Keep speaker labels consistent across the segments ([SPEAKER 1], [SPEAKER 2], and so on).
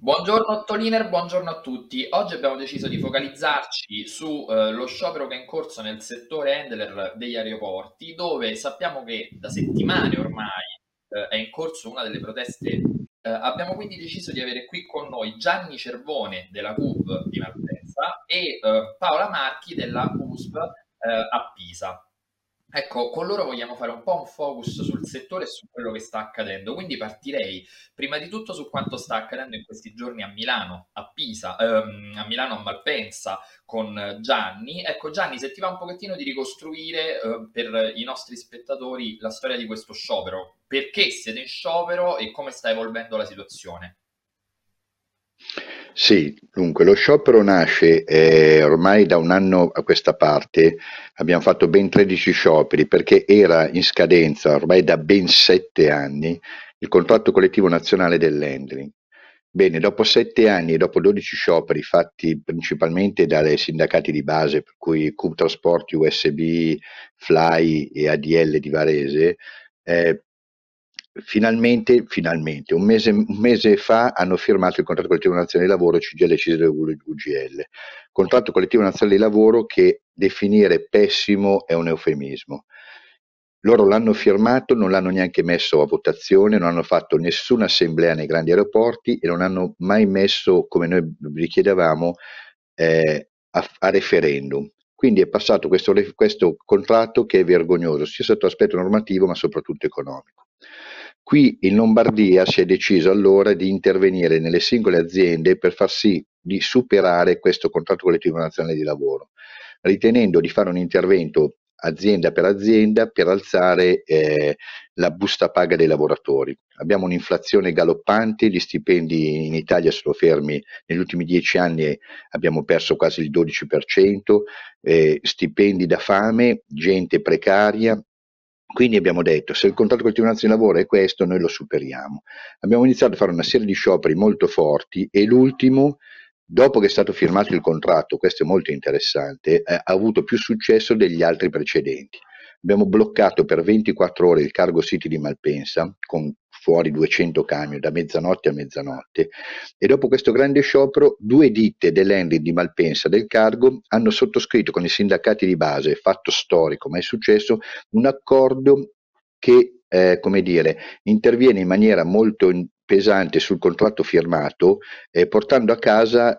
[SPEAKER 1] Buongiorno Toliner, buongiorno a tutti. Oggi abbiamo deciso di focalizzarci su lo sciopero che è in corso nel settore handler degli aeroporti, dove sappiamo che da settimane ormai è in corso una delle proteste. Abbiamo quindi deciso di avere qui con noi Gianni Cervone della CUB di Malpensa e Paola Marchi della USP a Pisa. Ecco, con loro vogliamo fare un po' un focus sul settore e su quello che sta accadendo. Quindi partirei prima di tutto su quanto sta accadendo in questi giorni a Milano, a Pisa, a Milano, a Malpensa, con Gianni. Ecco, Gianni, se ti va un pochettino di ricostruire per i nostri spettatori la storia di questo sciopero, perché siete in sciopero e come sta evolvendo la situazione.
[SPEAKER 2] Sì, dunque lo sciopero nasce ormai da un anno a questa parte, abbiamo fatto ben 13 scioperi perché era in scadenza ormai da ben 7 anni il contratto collettivo nazionale dell'handling. Bene, dopo 7 anni e dopo 12 scioperi fatti principalmente dai sindacati di base, per cui CUB Trasporti, USB, Fly e ADL di Varese, eh, finalmente, un mese fa hanno firmato il contratto collettivo nazionale di lavoro CGL, CISL e UGL. Contratto collettivo nazionale di lavoro che definire pessimo è un eufemismo. Loro l'hanno firmato, non l'hanno neanche messo a votazione, non hanno fatto nessuna assemblea nei grandi aeroporti e non hanno mai messo, come noi richiedevamo, a referendum. Quindi è passato questo contratto che è vergognoso, sia sotto aspetto normativo ma soprattutto economico. Qui in Lombardia si è deciso allora di intervenire nelle singole aziende per far sì di superare questo contratto collettivo nazionale di lavoro, ritenendo di fare un intervento azienda per alzare la busta paga dei lavoratori. Abbiamo un'inflazione galoppante, gli stipendi in Italia sono fermi, negli ultimi 10 anni abbiamo perso quasi il 12%, stipendi da fame, gente precaria. Quindi abbiamo detto, se il contratto collettivo nazionale di lavoro è questo, noi lo superiamo. Abbiamo iniziato a fare una serie di scioperi molto forti e l'ultimo, dopo che è stato firmato il contratto, questo è molto interessante, ha avuto più successo degli altri precedenti. Abbiamo bloccato per 24 ore il Cargo City di Malpensa, con fuori 200 camion da mezzanotte a mezzanotte, e dopo questo grande sciopero due ditte dell'handling di Malpensa del Cargo hanno sottoscritto con i sindacati di base, fatto storico ma è successo, un accordo che, come dire, interviene in maniera molto pesante sul contratto firmato, portando a casa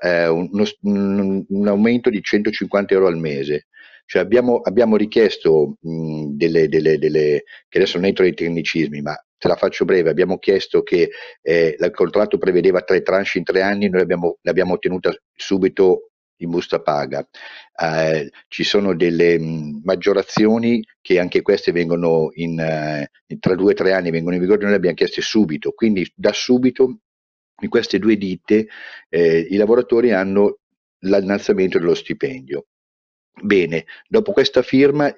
[SPEAKER 2] un aumento di 150 euro al mese. Cioè abbiamo richiesto che adesso non entro nei tecnicismi, ma te la faccio breve, abbiamo chiesto che il contratto prevedeva 3 tranche in 3 anni, noi l'abbiamo ottenuta subito in busta paga. Ci sono delle maggiorazioni che anche queste vengono tra 2 o 3 anni vengono in vigore, noi le abbiamo chieste subito, quindi da subito in queste due ditte i lavoratori hanno l'innalzamento dello stipendio. Bene, dopo questa firma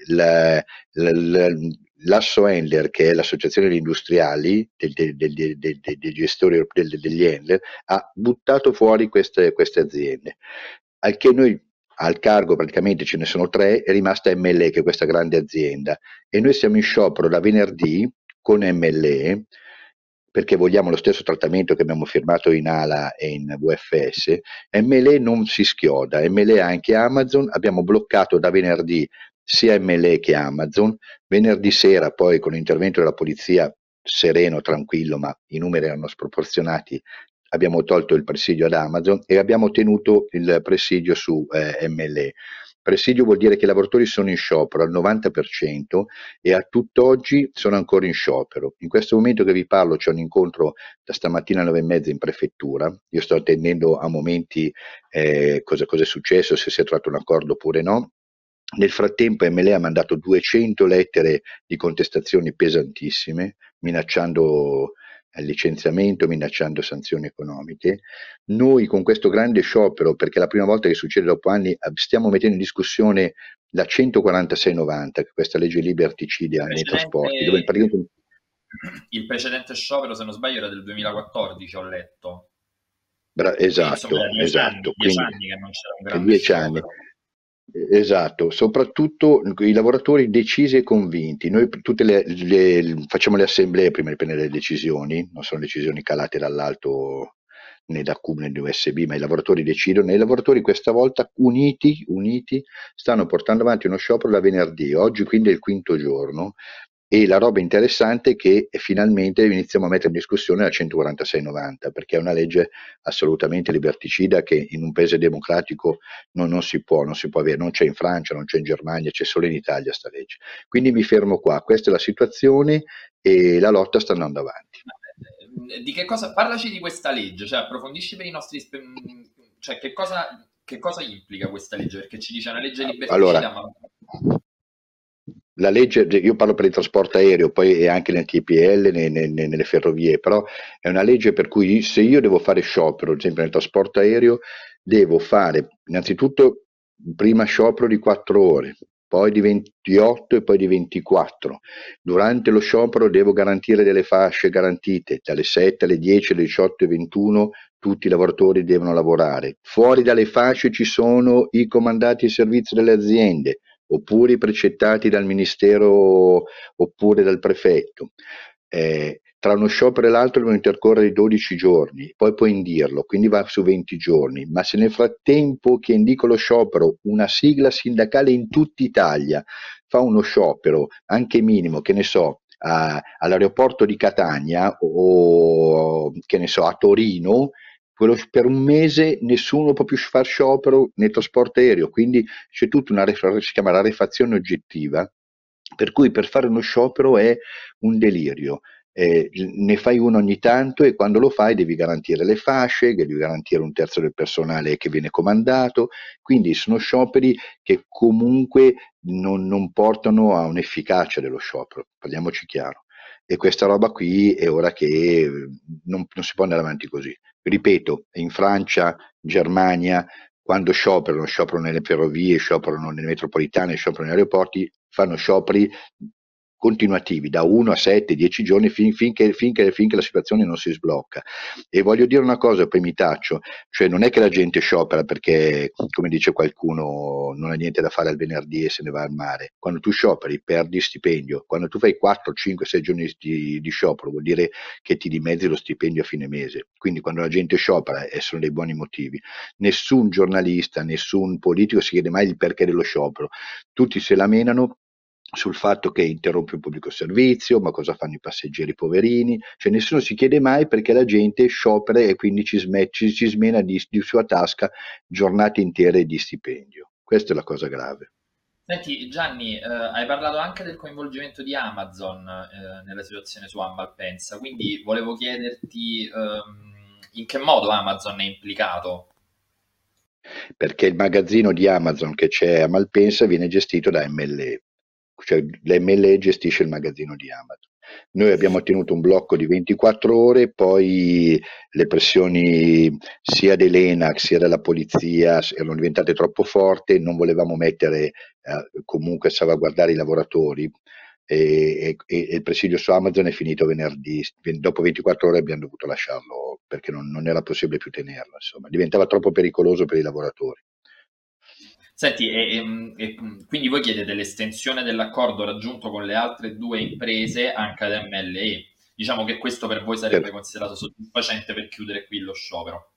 [SPEAKER 2] l'Asso Handler, che è l'associazione degli industriali, dei gestori degli handler, ha buttato fuori queste aziende. Al che noi al cargo praticamente ce ne sono tre, è rimasta MLE, che è questa grande azienda, e noi siamo in sciopero da venerdì con MLE perché vogliamo lo stesso trattamento che abbiamo firmato in ALA e in VFS. MLE non si schioda, MLE ha anche Amazon, abbiamo bloccato da venerdì sia MLE che Amazon, venerdì sera poi con l'intervento della polizia sereno, tranquillo, ma i numeri erano sproporzionati, abbiamo tolto il presidio ad Amazon e abbiamo tenuto il presidio su MLE. Presidio vuol dire che i lavoratori sono in sciopero al 90% e a tutt'oggi sono ancora in sciopero. In questo momento che vi parlo c'è un incontro da stamattina alle 9:30 in prefettura, io sto attendendo a momenti cosa è successo, se si è trovato un accordo oppure no. Nel frattempo MLE ha mandato 200 lettere di contestazioni pesantissime, minacciando licenziamento, minacciando sanzioni economiche. Noi con questo grande sciopero, perché è la prima volta che succede dopo anni, stiamo mettendo in discussione la 146/90, che è questa legge liberticida nei trasporti, dove praticamente.
[SPEAKER 1] Il precedente sciopero, se non sbaglio, era del 2014, ho letto. Quindi insomma da
[SPEAKER 2] Esatto,
[SPEAKER 1] dieci anni,
[SPEAKER 2] esatto,
[SPEAKER 1] dieci
[SPEAKER 2] quindi
[SPEAKER 1] anni che non c'era un
[SPEAKER 2] è
[SPEAKER 1] grande
[SPEAKER 2] 10 anni.
[SPEAKER 1] sciopero.
[SPEAKER 2] Esatto, soprattutto i lavoratori decisi e convinti. Noi facciamo le assemblee prima di prendere le decisioni, non sono decisioni calate dall'alto né da CUB né da USB, ma i lavoratori decidono, e i lavoratori questa volta uniti stanno portando avanti uno sciopero da venerdì, oggi quindi è il quinto giorno, e la roba interessante è che finalmente iniziamo a mettere in discussione la 146-90, perché è una legge assolutamente liberticida che in un paese democratico non si può, avere, non c'è in Francia, non c'è in Germania, c'è solo in Italia sta legge. Quindi mi fermo qua, questa è la situazione e la lotta sta andando avanti.
[SPEAKER 1] Di che cosa, parlaci di questa legge, cioè approfondisci per i nostri, cioè che cosa implica questa legge? Perché ci dice una legge
[SPEAKER 2] Allora,
[SPEAKER 1] liberticida, ma
[SPEAKER 2] la legge, io parlo per il trasporto aereo, poi anche nel TPL, nelle ferrovie, però è una legge per cui se io devo fare sciopero, ad esempio nel trasporto aereo, devo fare innanzitutto prima sciopero di 4 ore, poi di 28 e poi di 24. Durante lo sciopero devo garantire delle fasce garantite, dalle 7 alle 10, alle 18 e 21 tutti i lavoratori devono lavorare. Fuori dalle fasce ci sono i comandati di servizio delle aziende, oppure precettati dal ministero oppure dal prefetto. Tra uno sciopero e l'altro devono intercorrere 12 giorni, poi puoi indirlo, quindi va su 20 giorni, ma se nel frattempo che indico lo sciopero una sigla sindacale in tutta Italia fa uno sciopero anche minimo, che ne so, all'aeroporto di Catania o che ne so, a Torino, per un mese nessuno può più far sciopero nel trasporto aereo, quindi c'è tutta si chiama rarefazione oggettiva, per cui per fare uno sciopero è un delirio. Ne fai uno ogni tanto e quando lo fai devi garantire le fasce, devi garantire un terzo del personale che viene comandato, quindi sono scioperi che comunque non portano a un'efficacia dello sciopero, parliamoci chiaro. E questa roba qui è ora che non si può andare avanti così. Ripeto, in Francia, Germania, quando scioperano nelle ferrovie, scioperano nelle metropolitane, scioperano negli aeroporti, fanno scioperi continuativi da 1 a 7, 10 giorni finché la situazione non si sblocca. E voglio dire una cosa, poi mi taccio, cioè non è che la gente sciopera perché, come dice qualcuno, non ha niente da fare al venerdì e se ne va al mare. Quando tu scioperi perdi stipendio, quando tu fai 4, 5, 6 giorni di sciopero vuol dire che ti dimezzi lo stipendio a fine mese. Quindi quando la gente sciopera sono dei buoni motivi. Nessun giornalista, nessun politico si chiede mai il perché dello sciopero. Tutti se la menano sul fatto che interrompe il pubblico servizio, ma cosa fanno i passeggeri poverini, cioè nessuno si chiede mai perché la gente sciopera e quindi ci smena di sua tasca giornate intere di stipendio. Questa è la cosa grave.
[SPEAKER 1] senti Gianni, hai parlato anche del coinvolgimento di Amazon nella situazione su Malpensa, quindi volevo chiederti in che modo Amazon è implicato.
[SPEAKER 2] Perché il magazzino di Amazon che c'è a Malpensa viene gestito da MLE, cioè l'MLE gestisce il magazzino di Amazon. Noi abbiamo ottenuto un blocco di 24 ore, poi le pressioni sia dell'ENAC sia della polizia erano diventate troppo forti, non volevamo mettere comunque a salvaguardare i lavoratori e il presidio su Amazon è finito venerdì, dopo 24 ore abbiamo dovuto lasciarlo perché non era possibile più tenerlo, insomma, diventava troppo pericoloso per i lavoratori.
[SPEAKER 1] Senti, quindi voi chiedete l'estensione dell'accordo raggiunto con le altre due imprese anche ad MLE. Diciamo che questo per voi
[SPEAKER 2] Per,
[SPEAKER 1] sarebbe considerato soddisfacente per chiudere qui lo sciopero.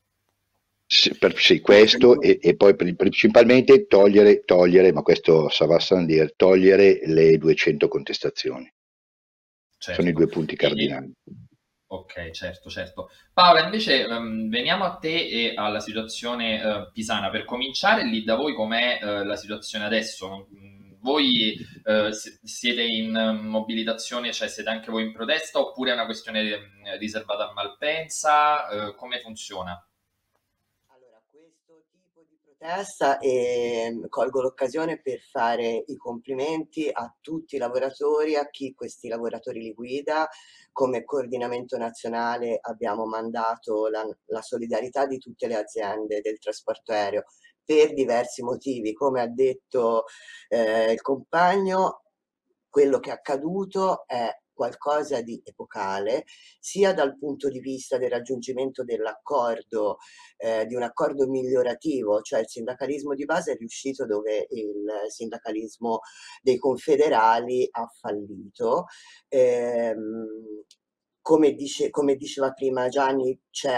[SPEAKER 2] sì, questo e poi principalmente togliere, ma questo Sava Sandir, togliere le 200 contestazioni. Sono i
[SPEAKER 1] Certo.
[SPEAKER 2] due punti cardinali.
[SPEAKER 1] Ok, certo, certo. Paola, invece veniamo a te e alla situazione pisana. Per cominciare, lì da voi com'è la situazione adesso? Voi siete in mobilitazione, cioè siete anche voi in protesta oppure è una questione riservata a Malpensa? Come funziona?
[SPEAKER 3] Allora, questo tipo di protesta colgo l'occasione per fare i complimenti a tutti i lavoratori, a chi questi lavoratori li guida. Come coordinamento nazionale abbiamo mandato la solidarietà di tutte le aziende del trasporto aereo per diversi motivi. Come ha detto il compagno, quello che è accaduto è qualcosa di epocale, sia dal punto di vista del raggiungimento dell'accordo, di un accordo migliorativo, cioè il sindacalismo di base è riuscito dove il sindacalismo dei confederali ha fallito. Ehm, come diceva prima Gianni, c'è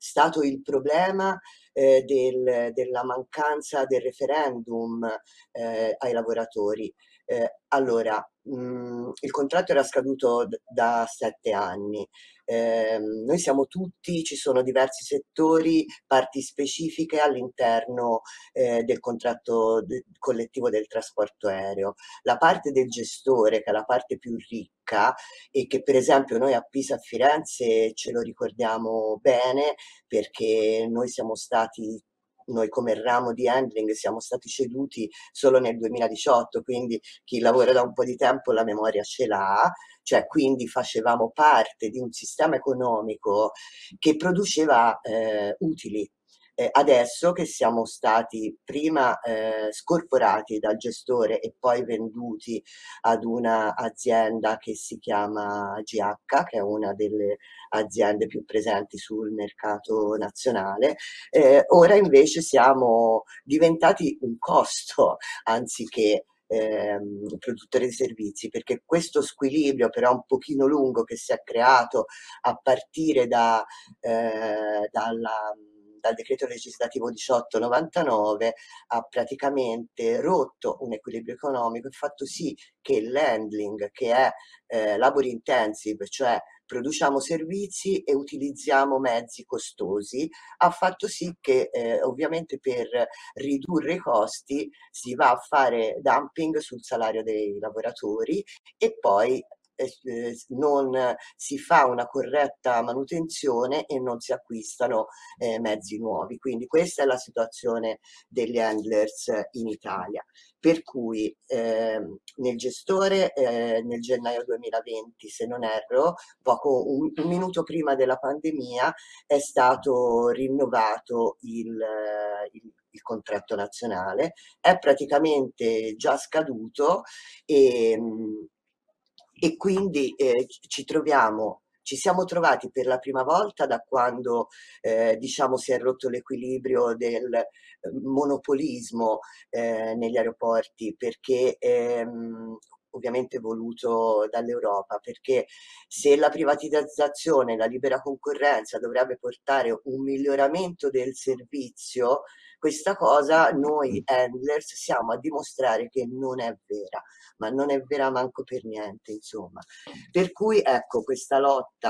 [SPEAKER 3] stato il problema della mancanza del referendum ai lavoratori. Allora, il contratto era scaduto da 7 anni. Noi siamo tutti, ci sono diversi settori, parti specifiche all'interno del contratto collettivo del trasporto aereo. La parte del gestore, che è la parte più ricca e che per esempio noi a Pisa e Firenze ce lo ricordiamo bene perché noi come ramo di handling siamo stati ceduti solo nel 2018, quindi chi lavora da un po' di tempo la memoria ce l'ha, cioè quindi facevamo parte di un sistema economico che produceva utili. Adesso che siamo stati prima scorporati dal gestore e poi venduti ad una azienda che si chiama GH, che è una delle aziende più presenti sul mercato nazionale, ora invece siamo diventati un costo anziché produttore di servizi, perché questo squilibrio però un pochino lungo che si è creato a partire dal decreto legislativo 1899 ha praticamente rotto un equilibrio economico e fatto sì che l'handling, che è labor intensive, cioè produciamo servizi e utilizziamo mezzi costosi, ha fatto sì che ovviamente per ridurre i costi si va a fare dumping sul salario dei lavoratori e poi non si fa una corretta manutenzione e non si acquistano mezzi nuovi. Quindi questa è la situazione degli handlers in Italia. Per cui nel gestore nel gennaio 2020, se non erro, un minuto prima della pandemia, è stato rinnovato il contratto nazionale, è praticamente già scaduto e, e quindi ci siamo trovati per la prima volta da quando diciamo si è rotto l'equilibrio del monopolismo negli aeroporti, perché ovviamente voluto dall'Europa, perché se la privatizzazione e la libera concorrenza dovrebbe portare un miglioramento del servizio, questa cosa noi handlers siamo a dimostrare che non è vera, ma non è vera manco per niente, insomma. Per cui ecco, questa lotta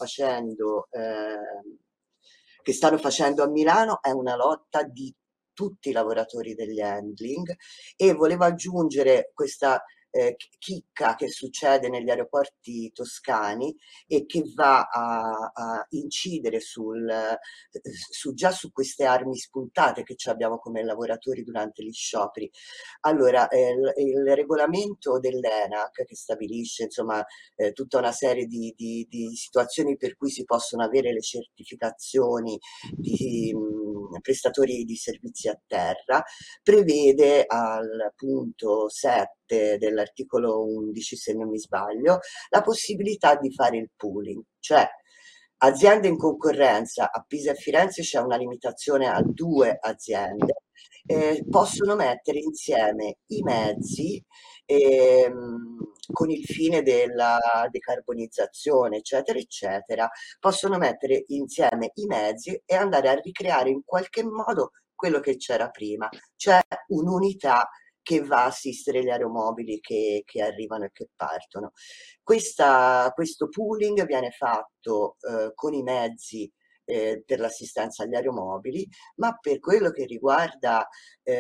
[SPEAKER 3] che stanno facendo a Milano è una lotta di tutti i lavoratori degli handling e volevo aggiungere questa chicca che succede negli aeroporti toscani e che va a incidere già su queste armi spuntate che ci abbiamo come lavoratori durante gli scioperi. Allora, il regolamento dell'ENAC che stabilisce insomma tutta una serie di situazioni per cui si possono avere le certificazioni di prestatori di servizi a terra, prevede al punto 7 dell'articolo 11, se non mi sbaglio, la possibilità di fare il pooling, cioè aziende in concorrenza. A Pisa e Firenze c'è una limitazione a 2 aziende, possono mettere insieme i mezzi con il fine della decarbonizzazione, eccetera, eccetera, possono mettere insieme i mezzi e andare a ricreare in qualche modo quello che c'era prima, cioè un'unità che va a assistere gli aeromobili che arrivano e che partono. Questo pooling viene fatto con i mezzi per l'assistenza agli aeromobili, ma per quello che riguarda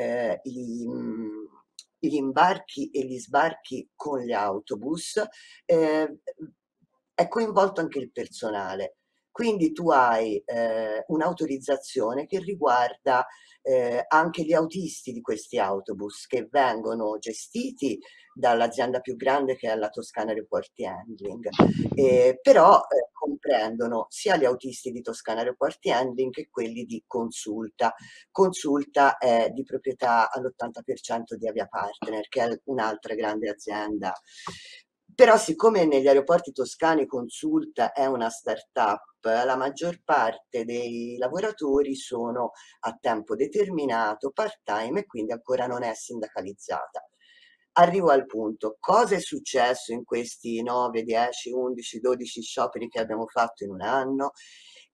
[SPEAKER 3] gli imbarchi e gli sbarchi con gli autobus, eh, è coinvolto anche il personale. Quindi tu hai un'autorizzazione che riguarda anche gli autisti di questi autobus che vengono gestiti dall'azienda più grande che è la Toscana Aeroporti Handling, però comprendono sia gli autisti di Toscana Aeroporti Handling che quelli di Consulta. Consulta è di proprietà all'80% di Avia Partner, che è un'altra grande azienda. Però siccome negli aeroporti toscani Consulta è una start-up, la maggior parte dei lavoratori sono a tempo determinato, part-time e quindi ancora non è sindacalizzata. Arrivo al punto, cosa è successo in questi 9, 10, 11, 12 scioperi che abbiamo fatto in un anno?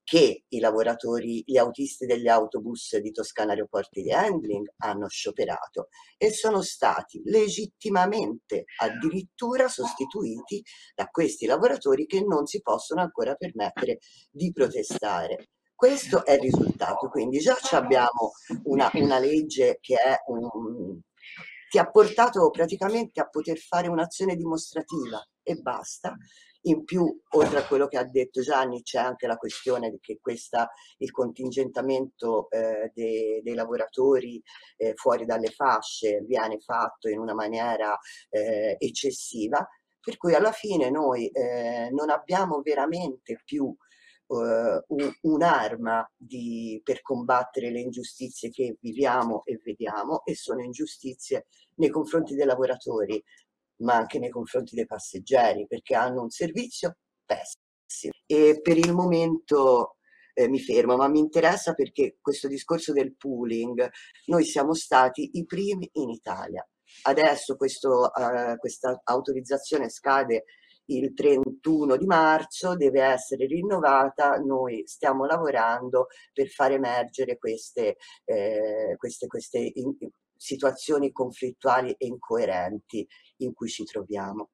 [SPEAKER 3] che i lavoratori, gli autisti degli autobus di Toscana Aeroporti di Handling hanno scioperato e sono stati legittimamente addirittura sostituiti da questi lavoratori che non si possono ancora permettere di protestare. Questo è il risultato, quindi già abbiamo una legge che ti ha portato praticamente a poter fare un'azione dimostrativa e basta. In più, oltre a quello che ha detto Gianni, c'è anche la questione che il contingentamento dei lavoratori fuori dalle fasce viene fatto in una maniera eccessiva, per cui alla fine noi non abbiamo veramente più un'arma per combattere le ingiustizie che viviamo e vediamo, e sono ingiustizie nei confronti dei lavoratori, ma anche nei confronti dei passeggeri, perché hanno un servizio pessimo. E per il momento mi fermo, ma mi interessa perché questo discorso del pooling, noi siamo stati i primi in Italia. Adesso questa autorizzazione scade il 31 di marzo, deve essere rinnovata. Noi stiamo lavorando per far emergere queste situazioni conflittuali e incoerenti in cui ci troviamo.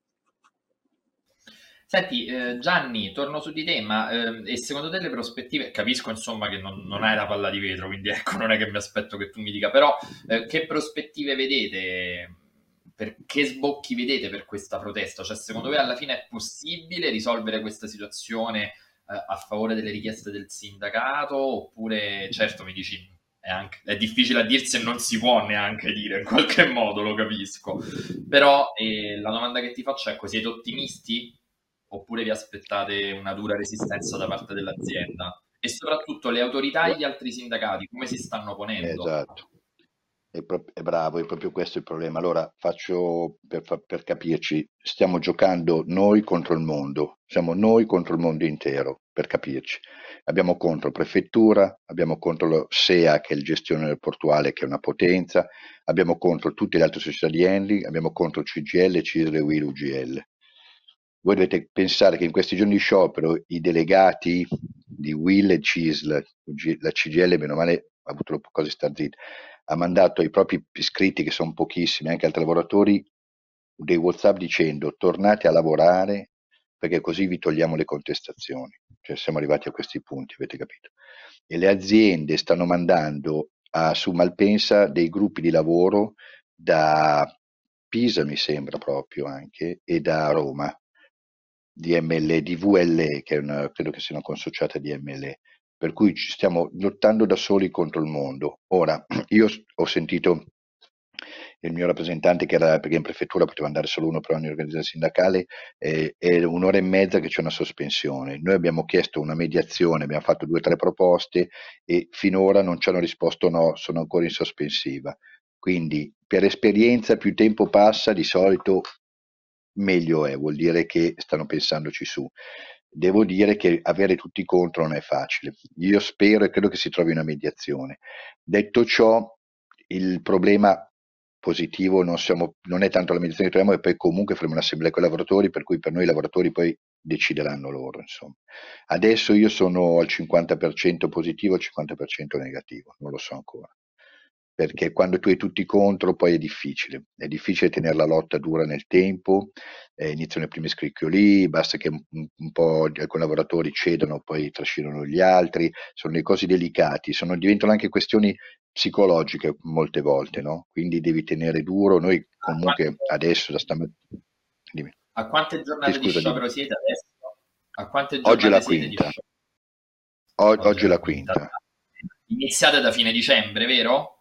[SPEAKER 1] Senti, Gianni, torno su di te, ma e secondo te le prospettive, capisco insomma che non hai la palla di vetro, quindi ecco, non è che mi aspetto che tu mi dica, però che prospettive vedete, che sbocchi vedete per questa protesta? Cioè, secondo voi alla fine è possibile risolvere questa situazione a favore delle richieste del sindacato? Oppure, certo, mi dici, è difficile a dirsi e non si può neanche dire, in qualche modo lo capisco, però la domanda che ti faccio è: siete ottimisti? Oppure vi aspettate una dura resistenza da parte dell'azienda? E soprattutto le autorità e gli altri sindacati come si stanno ponendo?
[SPEAKER 2] Esatto, è bravo, è proprio questo il problema. Allora, faccio per capirci, stiamo giocando noi contro il mondo, siamo noi contro il mondo intero, per capirci. Abbiamo contro prefettura, abbiamo contro lo SEA, che è il gestione portuale, che è una potenza, abbiamo contro tutte le altre società di handling, abbiamo contro CGL, CISL, UIL, UGL. Voi dovete pensare che in questi giorni di sciopero i delegati di UIL e CISL, la CGL meno male ha avuto le cose star zitti, ha mandato ai propri iscritti, che sono pochissimi, anche altri lavoratori, dei WhatsApp dicendo: tornate a lavorare perché così vi togliamo le contestazioni. Cioè siamo arrivati a questi punti, avete capito? E le aziende stanno mandando su Malpensa dei gruppi di lavoro da Pisa, mi sembra proprio anche, e da Roma, di VLE, che credo che sia una consociata di MLE, per cui ci stiamo lottando da soli contro il mondo. Ora, io ho sentito il mio rappresentante, che era, perché in prefettura poteva andare solo uno per ogni organizzazione sindacale, è un'ora e mezza che c'è una sospensione. Noi abbiamo chiesto una mediazione, abbiamo fatto 2 o 3 proposte e finora non ci hanno risposto no, sono ancora in sospensiva. Quindi per esperienza più tempo passa, di solito meglio è, vuol dire che stanno pensandoci su. Devo dire che avere tutti contro non è facile. Io spero e credo che si trovi una mediazione. Detto ciò, il problema positivo non è tanto la mediazione che troviamo, e poi comunque faremo un'assemblea con i lavoratori, per cui per noi i lavoratori poi decideranno loro, insomma. Adesso io sono al 50% positivo, al 50% negativo, non lo so ancora. Perché quando tu hai tutti contro poi è difficile tenere la lotta dura nel tempo, iniziano i primi scricchioli, basta che un po' alcuni lavoratori cedano, poi trascinano gli altri, sono dei cose delicati, diventano anche questioni psicologiche molte volte, no? Quindi devi tenere duro. Noi comunque adesso da stamattina... Dimmi.
[SPEAKER 1] A quante
[SPEAKER 2] Sì,
[SPEAKER 1] giornate di
[SPEAKER 2] scusa, dimmi.
[SPEAKER 1] sciopero siete adesso? A quante
[SPEAKER 2] Oggi è la
[SPEAKER 1] giornate siete di
[SPEAKER 2] quinta.
[SPEAKER 1] sciopero? Oggi
[SPEAKER 2] Oggi
[SPEAKER 1] è
[SPEAKER 2] è
[SPEAKER 1] la
[SPEAKER 2] la
[SPEAKER 1] quinta.
[SPEAKER 2] quinta.
[SPEAKER 1] Iniziate da fine dicembre, vero?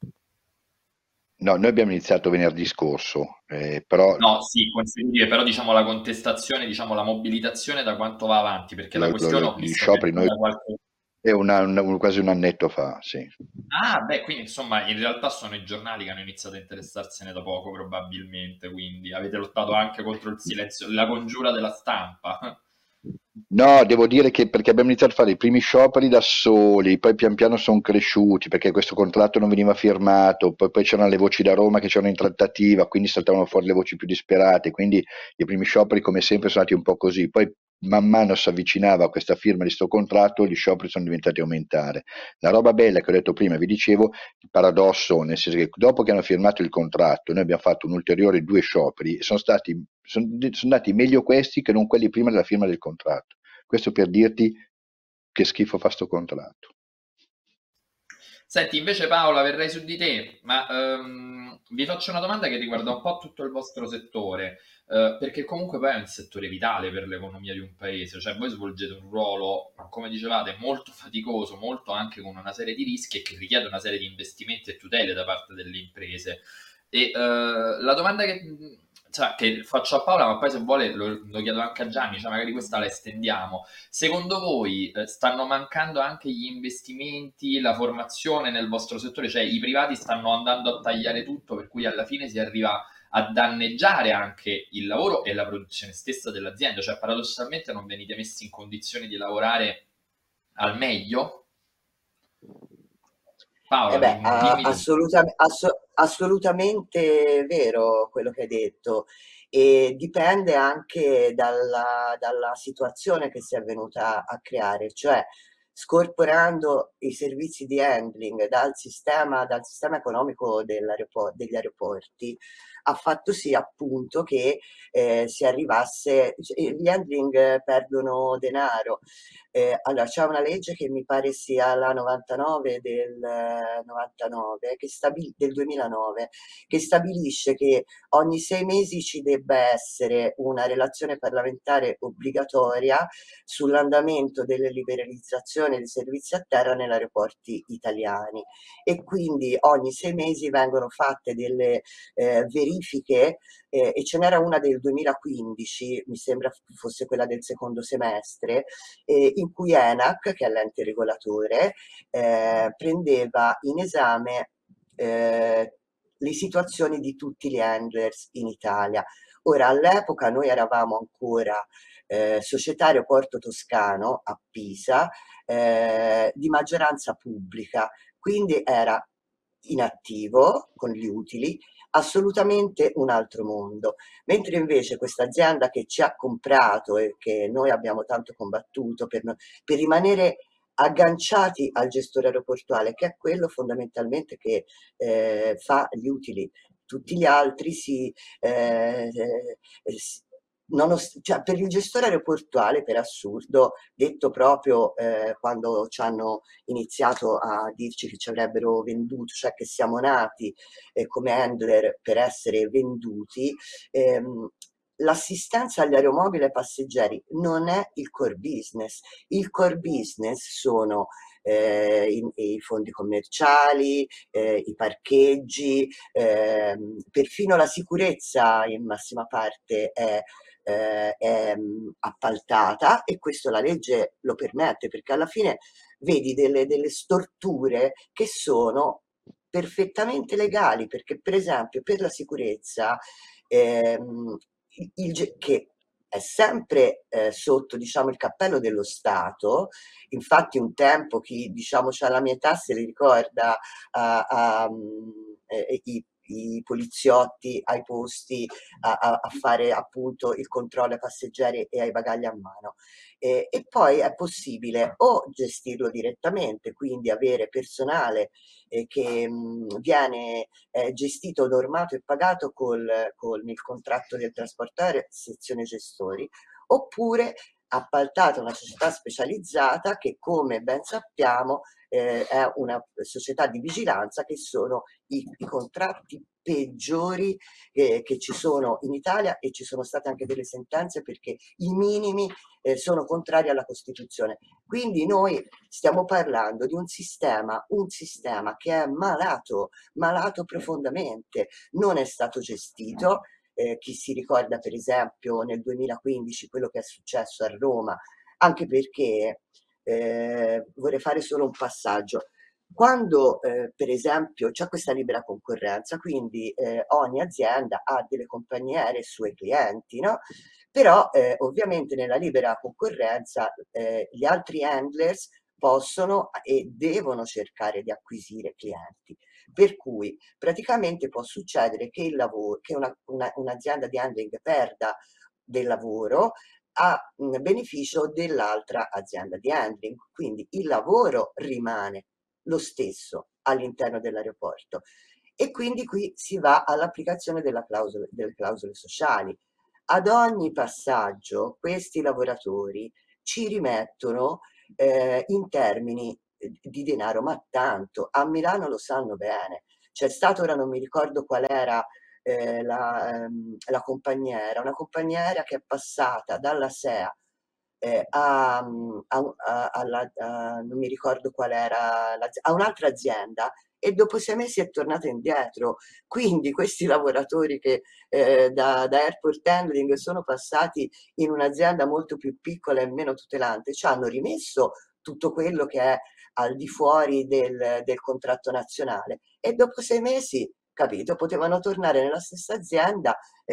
[SPEAKER 2] No, noi abbiamo iniziato venerdì scorso, però
[SPEAKER 1] No, sì, conseguire, però diciamo la contestazione, diciamo la mobilitazione da quanto va avanti, perché la questione ho
[SPEAKER 2] gli
[SPEAKER 1] visto che
[SPEAKER 2] scioperi noi
[SPEAKER 1] da qualche...
[SPEAKER 2] è quasi un annetto fa, sì.
[SPEAKER 1] Ah, beh, quindi insomma in realtà sono i giornali che hanno iniziato a interessarsene da poco probabilmente, quindi avete lottato anche contro il silenzio, la congiura della stampa.
[SPEAKER 2] No, devo dire che perché abbiamo iniziato a fare i primi scioperi da soli, poi pian piano sono cresciuti perché questo contratto non veniva firmato, poi c'erano le voci da Roma che c'erano in trattativa, quindi saltavano fuori le voci più disperate, quindi i primi scioperi come sempre sono stati un po' così, poi man mano si avvicinava a questa firma di sto contratto, gli scioperi sono diventati aumentare. La roba bella che ho detto prima, vi dicevo, il paradosso, nel senso che dopo che hanno firmato il contratto, noi abbiamo fatto un ulteriore 2 scioperi, sono andati meglio questi che non quelli prima della firma del contratto. Questo per dirti che schifo fa sto contratto.
[SPEAKER 1] Senti, invece Paola, verrei su di te, ma vi faccio una domanda che riguarda un po' tutto il vostro settore, perché comunque poi è un settore vitale per l'economia di un paese, cioè voi svolgete un ruolo, come dicevate, molto faticoso, molto anche con una serie di rischi e che richiede una serie di investimenti e tutele da parte delle imprese. E la domanda che faccio a Paola, ma poi se vuole lo chiedo anche a Gianni, cioè magari questa la estendiamo. Secondo voi stanno mancando anche gli investimenti, la formazione nel vostro settore? Cioè i privati stanno andando a tagliare tutto, per cui alla fine si arriva a danneggiare anche il lavoro e la produzione stessa dell'azienda? Cioè paradossalmente non venite messi in condizioni di lavorare al meglio?
[SPEAKER 3] Eh
[SPEAKER 1] Paola,
[SPEAKER 3] beh,
[SPEAKER 1] dimmi tu.
[SPEAKER 3] assolutamente vero quello che hai detto, e dipende anche dalla situazione che si è venuta a creare, cioè scorporando i servizi di handling dal sistema economico degli aeroporti, ha fatto sì appunto che si arrivasse, cioè, gli handling perdono denaro. Allora, c'è una legge che mi pare sia la 99 del 2009, che stabilisce che ogni 6 mesi ci debba essere una relazione parlamentare obbligatoria sull'andamento delle liberalizzazioni dei servizi a terra negli aeroporti italiani, e quindi ogni 6 mesi vengono fatte delle verifiche, e ce n'era una del 2015, mi sembra fosse quella del secondo semestre, in cui ENAC, che è l'ente regolatore, prendeva in esame le situazioni di tutti gli handlers in Italia. Ora, all'epoca noi eravamo ancora Società Aeroporto Toscano a Pisa, di maggioranza pubblica, quindi era inattivo con gli utili, assolutamente un altro mondo. Mentre invece questa azienda che ci ha comprato e che noi abbiamo tanto combattuto per rimanere agganciati al gestore aeroportuale, che è quello fondamentalmente che fa gli utili. Tutti gli altri eh, si cioè, per il gestore aeroportuale, per assurdo, detto proprio quando ci hanno iniziato a dirci che ci avrebbero venduto, cioè che siamo nati come handler per essere venduti, ehm, l'assistenza agli aeromobili e ai passeggeri non è il core business. Il core business sono i fondi commerciali, i parcheggi, perfino la sicurezza in massima parte è appaltata, e questo la legge lo permette, perché alla fine vedi delle storture che sono perfettamente legali, perché per esempio per la sicurezza, ehm, che è sempre sotto, diciamo, il cappello dello Stato. Infatti un tempo chi, diciamo, c'ha la mia età se li ricorda, i poliziotti ai posti a fare appunto il controllo ai passeggeri e ai bagagli a mano. E poi è possibile o gestirlo direttamente, quindi avere personale che viene gestito, normato e pagato con il contratto del trasporto aereo, sezione gestori, oppure appaltato a una società specializzata che, come ben sappiamo, è una società di vigilanza, che sono i contratti peggiori che ci sono in Italia, e ci sono state anche delle sentenze perché i minimi sono contrari alla Costituzione. Quindi noi stiamo parlando di un sistema che è malato profondamente, non è stato gestito. Chi si ricorda per esempio nel 2015 quello che è successo a Roma, anche perché vorrei fare solo un passaggio. Quando per esempio c'è questa libera concorrenza, quindi ogni azienda ha delle compagnie aeree sui clienti, no? Però ovviamente nella libera concorrenza gli altri handlers possono e devono cercare di acquisire clienti. Per cui praticamente può succedere che un'azienda di handling perda del lavoro a beneficio dell'altra azienda di handling. Quindi il lavoro rimane lo stesso all'interno dell'aeroporto e quindi qui si va all'applicazione delle clausole sociali. Ad ogni passaggio questi lavoratori ci rimettono in termini di denaro, ma tanto. A Milano lo sanno bene. C'è stato, ora non mi ricordo qual era la compagnia, era una compagnia aerea che è passata dalla SEA non mi ricordo qual era, a un'altra azienda e dopo 6 mesi è tornata indietro. Quindi questi lavoratori che da airport handling sono passati in un'azienda molto più piccola e meno tutelante, ci hanno rimesso tutto quello che è al di fuori del contratto nazionale e dopo 6 mesi, capito, potevano tornare nella stessa azienda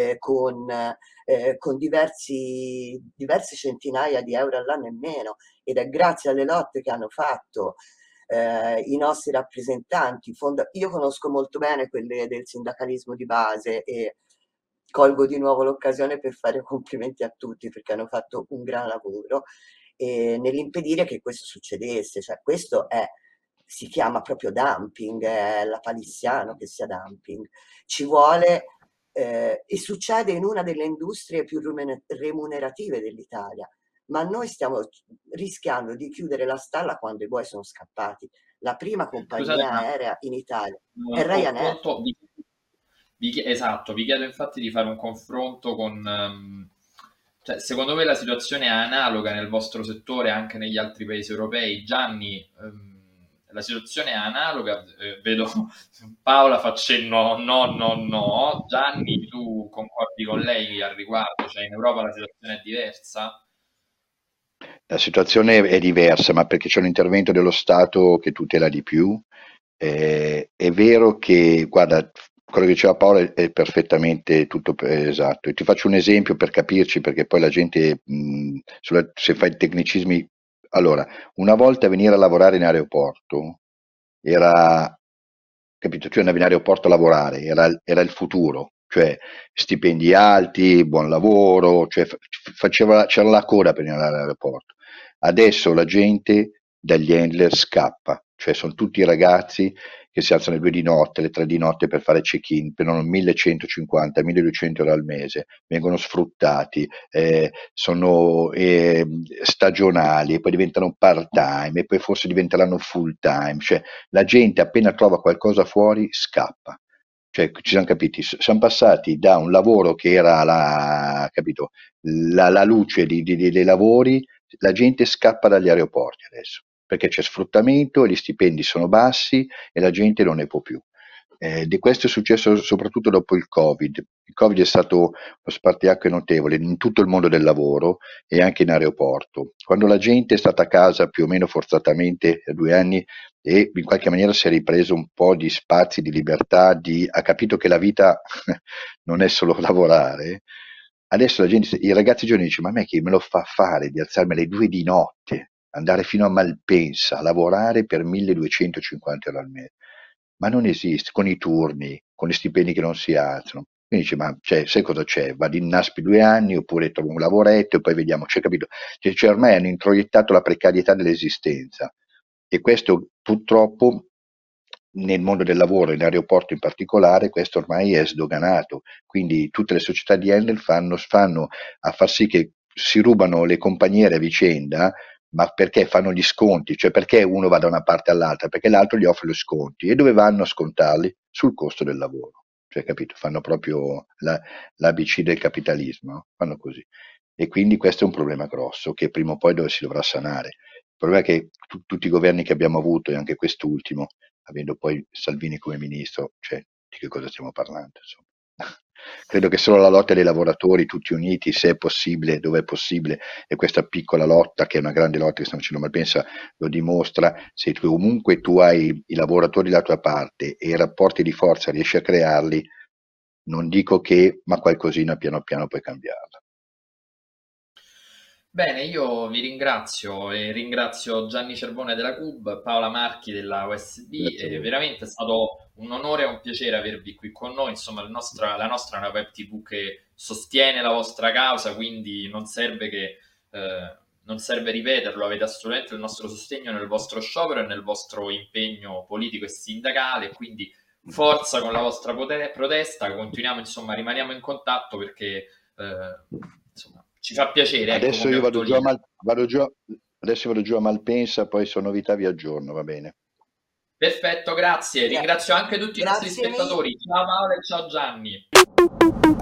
[SPEAKER 3] con diverse centinaia di euro all'anno in meno ed è grazie alle lotte che hanno fatto i nostri rappresentanti. Io conosco molto bene quelle del sindacalismo di base e colgo di nuovo l'occasione per fare complimenti a tutti perché hanno fatto un gran lavoro nell'impedire che questo succedesse. Cioè, questo si chiama proprio dumping, è la palissiano che sia dumping. Ci vuole, e succede in una delle industrie più remunerative dell'Italia, ma noi stiamo rischiando di chiudere la stalla quando i buoi sono scappati. La prima
[SPEAKER 1] Scusate,
[SPEAKER 3] compagnia
[SPEAKER 1] ma
[SPEAKER 3] aerea in Italia è Ryanair.
[SPEAKER 1] confronto, esatto, vi chiedo infatti di fare un confronto con, cioè, secondo me la situazione è analoga nel vostro settore anche negli altri paesi europei. Gianni, la situazione è analoga, vedo Paola fa cenno no, no, no. Gianni, tu concordi con lei al riguardo? Cioè in Europa la situazione è diversa?
[SPEAKER 2] La situazione è diversa, ma perché c'è un intervento dello Stato che tutela di più. È vero che, guarda, quello che diceva Paolo è perfettamente tutto esatto. E ti faccio un esempio per capirci, perché poi la gente, se fa i tecnicismi, allora, una volta venire a lavorare in aeroporto era, capito, tu andavi in aeroporto a lavorare, era il futuro, cioè stipendi alti, buon lavoro, cioè c'era la coda per andare all'aeroporto. Adesso la gente dagli handler scappa, cioè sono tutti ragazzi che si alzano alle 2 di notte, alle 3 di notte per fare check-in, prendono 1150, 1200 euro al mese, vengono sfruttati, sono stagionali, e poi diventano part-time, e poi forse diventeranno full-time, cioè la gente appena trova qualcosa fuori scappa. Cioè, ci siamo capiti, siamo passati da un lavoro che era capito, la luce dei lavori, la gente scappa dagli aeroporti adesso, perché c'è sfruttamento, gli stipendi sono bassi e la gente non ne può più. Di questo è successo soprattutto dopo il Covid. Il Covid è stato uno spartiacque notevole in tutto il mondo del lavoro e anche in aeroporto. Quando la gente è stata a casa più o meno forzatamente a 2 anni e in qualche maniera si è ripreso un po' di spazi di libertà, ha capito che la vita non è solo lavorare. Adesso la gente, i ragazzi giovani dicono: ma a me chi me lo fa fare di alzarmi alle 2 di notte, andare fino a Malpensa, a lavorare per 1250 euro al mese? Ma non esiste, con i turni, con gli stipendi che non si alzano. Quindi dice: ma cioè, sai cosa c'è? Vado in NASPI 2 anni oppure trovo un lavoretto e poi vediamo. Cioè, capito? Cioè, ormai hanno introiettato la precarietà dell'esistenza e questo purtroppo nel mondo del lavoro, in aeroporto in particolare, questo ormai è sdoganato. Quindi tutte le società di handle fanno a far sì che si rubano le compagniere a vicenda, ma perché fanno gli sconti, cioè perché uno va da una parte all'altra, perché l'altro gli offre gli sconti e dove vanno a scontarli? Sul costo del lavoro, cioè capito? Fanno proprio l'ABC del capitalismo, no? Fanno così. E quindi questo è un problema grosso che prima o poi si dovrà sanare. Il problema è che tutti i governi che abbiamo avuto e anche quest'ultimo, avendo poi Salvini come ministro, cioè di che cosa stiamo parlando? Insomma. Credo che solo la lotta dei lavoratori tutti uniti, se è possibile, dove è possibile, e questa piccola lotta, che è una grande lotta che stiamo facendo Malpensa, lo dimostra. Se comunque tu hai i lavoratori dalla tua parte e i rapporti di forza riesci a crearli, non dico che, ma qualcosina piano piano puoi cambiarla.
[SPEAKER 1] Bene, io vi ringrazio e ringrazio Gianni Cervone della CUB, Paola Marchi della USB,
[SPEAKER 2] Grazie a
[SPEAKER 1] e
[SPEAKER 2] voi.
[SPEAKER 1] veramente è stato un onore e un piacere avervi qui con noi. Insomma, la nostra è una web TV che sostiene la vostra causa, quindi non serve ripeterlo, avete assolutamente il nostro sostegno nel vostro sciopero e nel vostro impegno politico e sindacale, quindi forza con la vostra protesta, continuiamo, insomma, rimaniamo in contatto perché insomma, ci fa piacere, ecco,
[SPEAKER 2] Adesso
[SPEAKER 1] come
[SPEAKER 2] io
[SPEAKER 1] Ottolina.
[SPEAKER 2] adesso vado giù a Malpensa, poi se ho novità vi aggiorno, va bene?
[SPEAKER 1] Perfetto, grazie.
[SPEAKER 3] Gra-
[SPEAKER 1] Ringrazio anche tutti i nostri
[SPEAKER 3] grazie mille.
[SPEAKER 1] spettatori. Ciao Paolo e ciao Gianni.